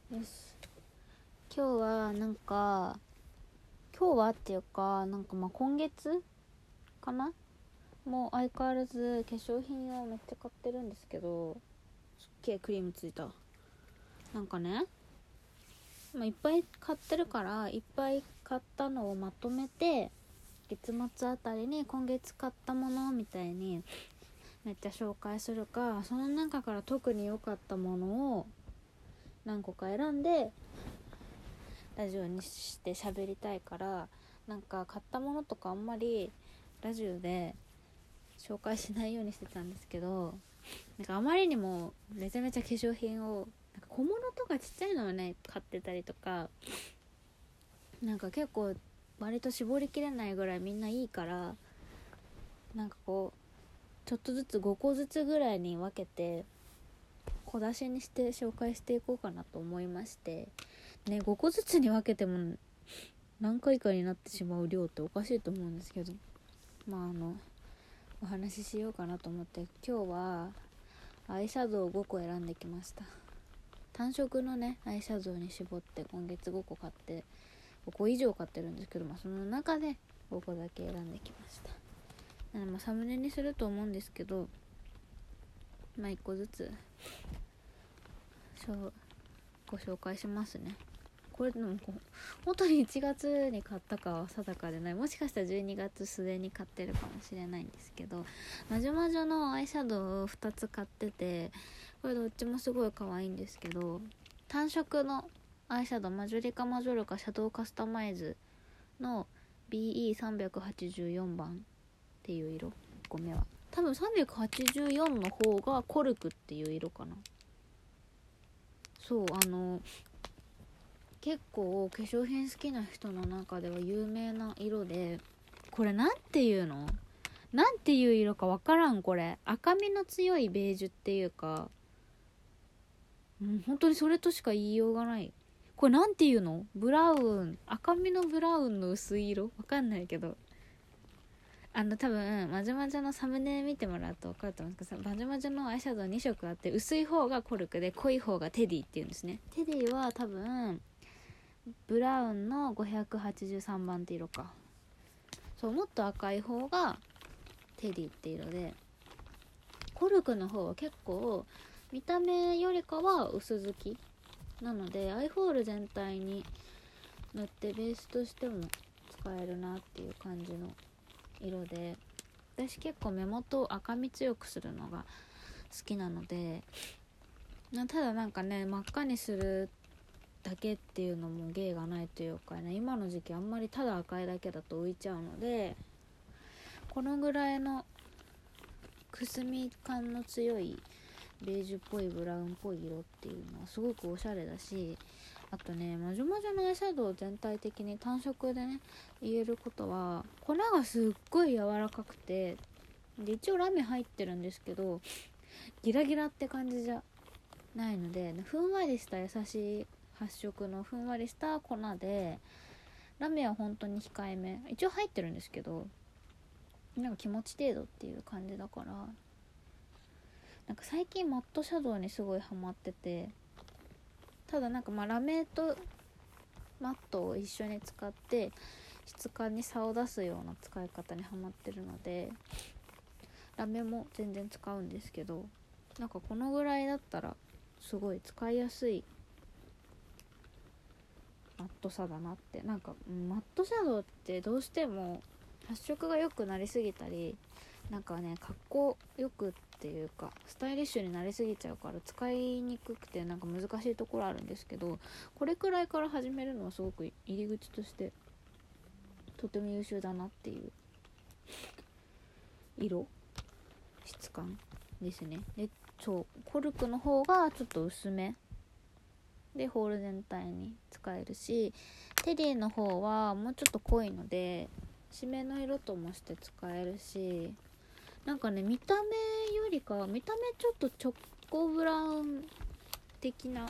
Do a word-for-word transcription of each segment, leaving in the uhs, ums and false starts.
よし、今日はなんか今日はっていうかなんかまあ今月かな、もう相変わらず化粧品をめっちゃ買ってるんですけど、すっげえクリームついた。なんかね、まあ、いっぱい買ってるからいっぱい買ったのをまとめて月末あたりに今月買ったものみたいにめっちゃ紹介するか、その中から特に良かったものを何個か選んでラジオにして喋りたいから、なんか買ったものとかあんまりラジオで紹介しないようにしてたんですけど、なんかあまりにもめちゃめちゃ化粧品をなんか小物とかちっちゃいのをね買ってたりとか、なんか結構割と絞りきれないぐらいみんないいから、なんかこうちょっとずつごこずつぐらいに分けて小出しにして紹介していこうかなと思いましてね。ごこずつに分けても何回かになってしまう量っておかしいと思うんですけど、まああのお話ししようかなと思って、今日はアイシャドウをごこ選んできました。単色のねアイシャドウに絞って今月ごこ買って、ごこ以上買ってるんですけど、まあその中でごこだけ選んできました。なのでまあサムネにすると思うんですけど、まあいっこずつご紹介しますね。これでも本当にいちがつに買ったかは定かでない、もしかしたらじゅうにがつ末に買ってるかもしれないんですけど、マジョマジョのアイシャドウをふたつ買ってて、これどっちもすごい可愛いんですけど、単色のアイシャドウマジョリカマジョルカシャドウカスタマイズの ビーイーさんびゃくはちじゅうよん 番っていう色、いっこめは多分さんびゃくはちじゅうよんの方がコルクっていう色かな。そう、あの結構化粧品好きな人の中では有名な色で、これなんていうのなんていう色かわからん。これ赤みの強いベージュっていうか、うん、本当にそれとしか言いようがない。これなんていうの、ブラウン、赤みのブラウンの薄い色わかんないけど、あの多分まじまじのサムネ見てもらうと分かると思うんですけど、まじまじのアイシャドウにしょくあって、薄い方がコルクで濃い方がテディっていうんですね。テディは多分ブラウンのごひゃくはちじゅうさんばんって色か。そう、もっと赤い方がテディって色で、コルクの方は結構見た目よりかは薄付きなので、アイホール全体に塗ってベースとしても使えるなっていう感じの色で、私結構目元を赤み強くするのが好きなので、ただなんかね真っ赤にするだけっていうのも芸がないというかね、今の時期あんまりただ赤いだけだと浮いちゃうので、このぐらいのくすみ感の強いベージュっぽいブラウンっぽい色っていうのはすごくおしゃれだし、あとねまじょまじょのアイシャドウ全体的に単色でね言えることは、粉がすっごい柔らかくて、で一応ラメ入ってるんですけどギラギラって感じじゃないので、ふんわりした優しい発色のふんわりした粉で、ラメは本当に控えめ、一応入ってるんですけどなんか気持ち程度っていう感じだから、なんか最近マットシャドウにすごいハマってて、ただなんかまあラメとマットを一緒に使って質感に差を出すような使い方にハマってるので、ラメも全然使うんですけど、なんかこのぐらいだったらすごい使いやすいマットさだなって。なんかマットシャドウってどうしても発色が良くなりすぎたり、なんかねかっこよくっていうかスタイリッシュになりすぎちゃうから使いにくくてなんか難しいところあるんですけど、これくらいから始めるのはすごく入り口としてとても優秀だなっていう色質感ですね。でそうコルクの方がちょっと薄めでホール全体に使えるし、テディの方はもうちょっと濃いので締めの色ともして使えるし、なんかね見た目よりか見た目ちょっとチョコブラウン的な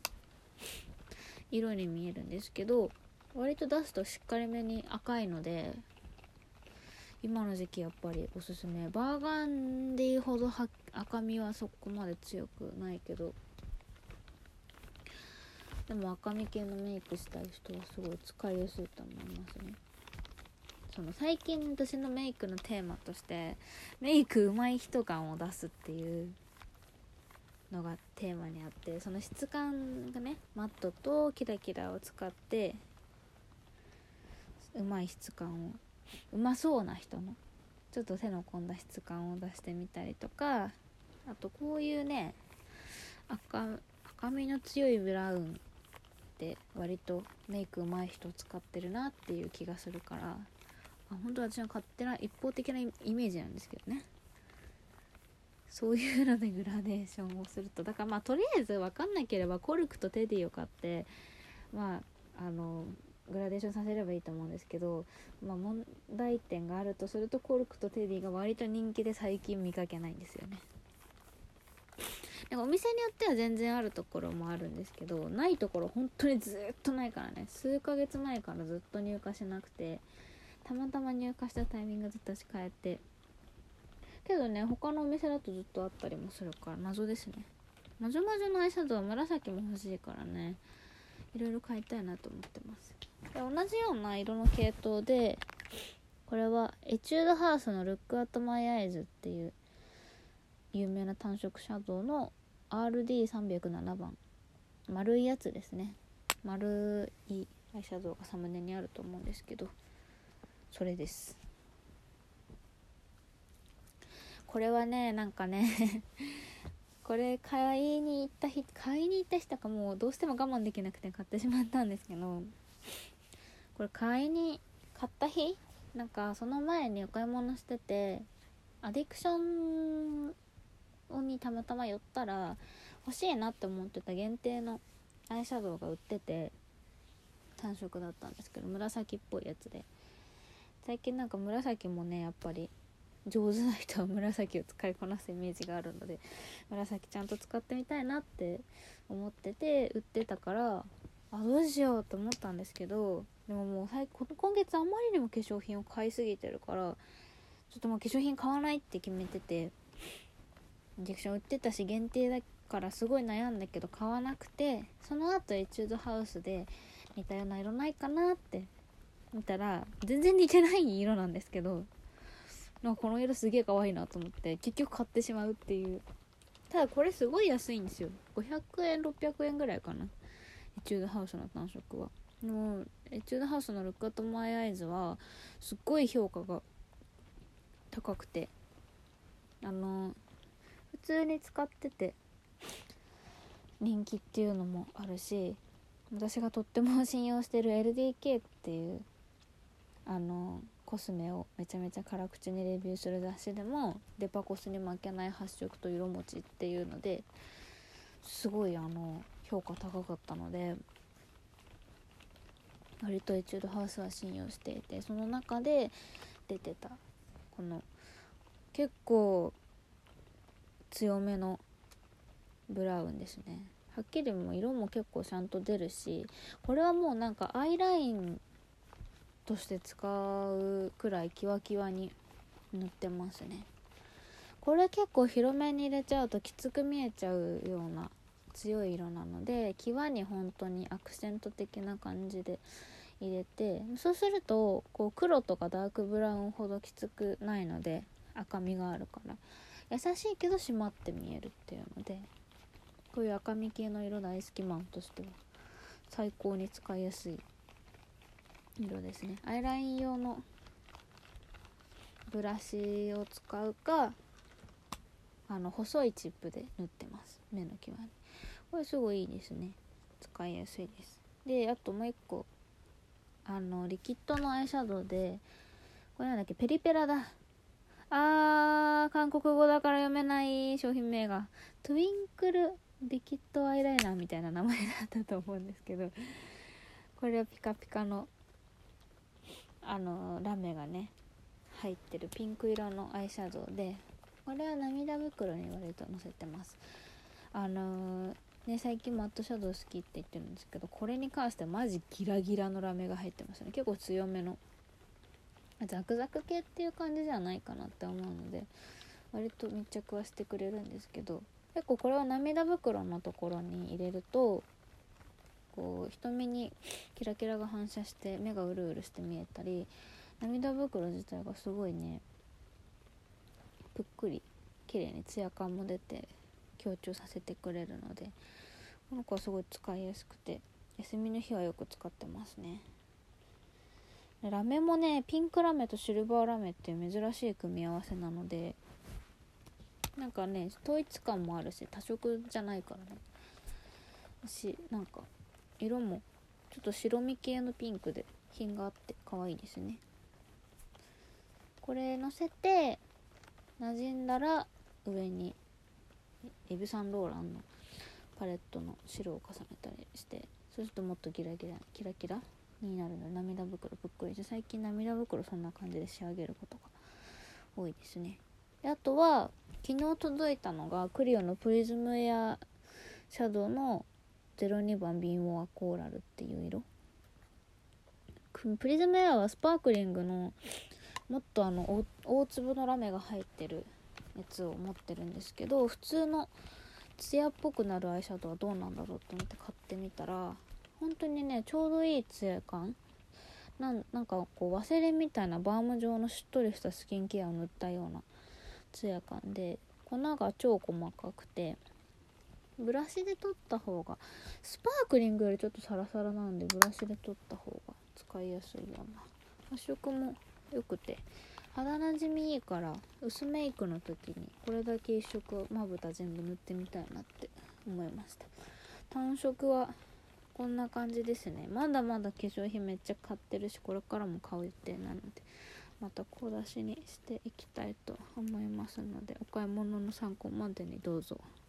色に見えるんですけど、割と出すとしっかりめに赤いので、今の時期やっぱりおすすめ。バーガンディほど赤みはそこまで強くないけどでも赤み系のメイクしたい人はすごい使いやすいと思いますね。その最近私のメイクのテーマとしてメイク上手い人感を出すっていうのがテーマにあって、その質感がねマットとキラキラを使って上手い質感をうまそうな人のちょっと手の込んだ質感を出してみたりとか、あとこういうね 赤, 赤みの強いブラウンって割とメイク上手い人使ってるなっていう気がするから、あ本当は私の勝手な一方的なイメージなんですけどね、そういうのでグラデーションをすると、だからまあとりあえず分かんなければコルクとテディを買ってまああのグラデーションさせればいいと思うんですけど、まあ問題点があるとするとコルクとテディが割と人気で最近見かけないんですよね。なんかお店によっては全然あるところもあるんですけど、ないところ本当にずっとないからね、数ヶ月前からずっと入荷しなくて、たまたま入荷したタイミングずっと私変えて、けどね他のお店だとずっとあったりもするから謎ですね。魔女魔女のアイシャドウは紫も欲しいからね、いろいろ買いたいなと思ってます。で同じような色の系統で、これはエチュードハウスのルックアットマイアイズっていう有名な単色シャドウの アールディーさんびゃくなな 番、丸いやつですね。丸いアイシャドウがサムネにあると思うんですけど、それです。これはねなんかねこれ買いに行った日買いに行った人かもうどうしても我慢できなくて買ってしまったんですけど、これ買いに買った日なんかその前にお買い物してて、アディクションにたまたま寄ったら欲しいなって思ってた限定のアイシャドウが売ってて、単色だったんですけど紫っぽいやつで、最近なんか紫もねやっぱり上手な人は紫を使いこなすイメージがあるので、紫ちゃんと使ってみたいなって思ってて売ってたから、あどうしようと思ったんですけど、でももう最今月あんまりにも化粧品を買いすぎてるから、ちょっともう化粧品買わないって決めてて、インジェクション売ってたし限定だからすごい悩んだけど買わなくて、その後エチュードハウスで似たような色ないかなって見たら全然似てない色なんですけど、なんかこの色すげえ可愛いなと思って結局買ってしまうっていう。ただこれすごい安いんですよ、ごひゃくえんろっぴゃくえんぐらいかな、エチュードハウスの単色は。でもエチュードハウスのルックアットマイアイズはすっごい評価が高くて、あの普通に使ってて人気っていうのもあるし、私がとっても信用してる エルディーケー っていうあのコスメをめちゃめちゃ辛口にレビューする雑誌でもデパコスに負けない発色と色持ちっていうのですごいあの評価高かったので、割とエチュードハウスは信用していて、その中で出てたこの結構強めのブラウンですね。はっきりも色も結構ちゃんと出るし、これはもうなんかアイラインとして使うくらいキワキワに塗ってますね。これ結構広めに入れちゃうときつく見えちゃうような強い色なので、際に本当にアクセント的な感じで入れて、そうするとこう黒とかダークブラウンほどきつくないので、赤みがあるから優しいけど締まって見えるっていうので、こういう赤み系の色大好きマンとしては最高に使いやすい色ですね。アイライン用のブラシを使うか、あの細いチップで塗ってます、目の際に。これすごいいいですね、使いやすいです。であともう一個、あのリキッドのアイシャドウで、これなんだっけ、ペリペラだ、あー韓国語だから読めない商品名が、トゥインクルリキッドアイライナーみたいな名前だったと思うんですけど、これはピカピカのあのラメがね入ってるピンク色のアイシャドウで、これは涙袋に割と乗せてます。あのー、ね最近マットシャドウ好きって言ってるんですけど、これに関してはマジギラギラのラメが入ってますね。結構強めのザクザク系っていう感じじゃないかなって思うので、割と密着はしてくれるんですけど、結構これは涙袋のところに入れるとこう瞳にキラキラが反射して目がうるうるして見えたり、涙袋自体がすごいねぷっくり綺麗にツヤ感も出て強調させてくれるので、この子はすごい使いやすくて休みの日はよく使ってますね。ラメもねピンクラメとシルバーラメっていう珍しい組み合わせなので、なんかね統一感もあるし多色じゃないからね、しなんか色もちょっと白み系のピンクで品があって可愛いですね。これのせて馴染んだら上にエビサンローランのパレットの白を重ねたりして、そうするともっとギラギラキラキラになるので涙袋ぷっくりして、最近涙袋そんな感じで仕上げることが多いですね。であとは昨日届いたのがクリオのプリズムエアシャドウのゼロにばんビンウォアコーラルっていう色。プリズムエアはスパークリングのもっとあの大粒のラメが入ってるやつを持ってるんですけど、普通のツヤっぽくなるアイシャドウはどうなんだろうと思って買ってみたら、本当にねちょうどいいツヤ感なん、なんかこうワセリンみたいなバーム状のしっとりしたスキンケアを塗ったようなツヤ感で、粉が超細かくてブラシで取った方が、スパークリングよりちょっとサラサラなんでブラシで取った方が使いやすいような、発色も良くて肌なじみいいから、薄メイクの時にこれだけ一色まぶた全部塗ってみたいなって思いました。単色はこんな感じですね。まだまだ化粧品めっちゃ買ってるし、これからも買う予定なのでまた小出しにしていきたいと思いますので、お買い物の参考までにどうぞ。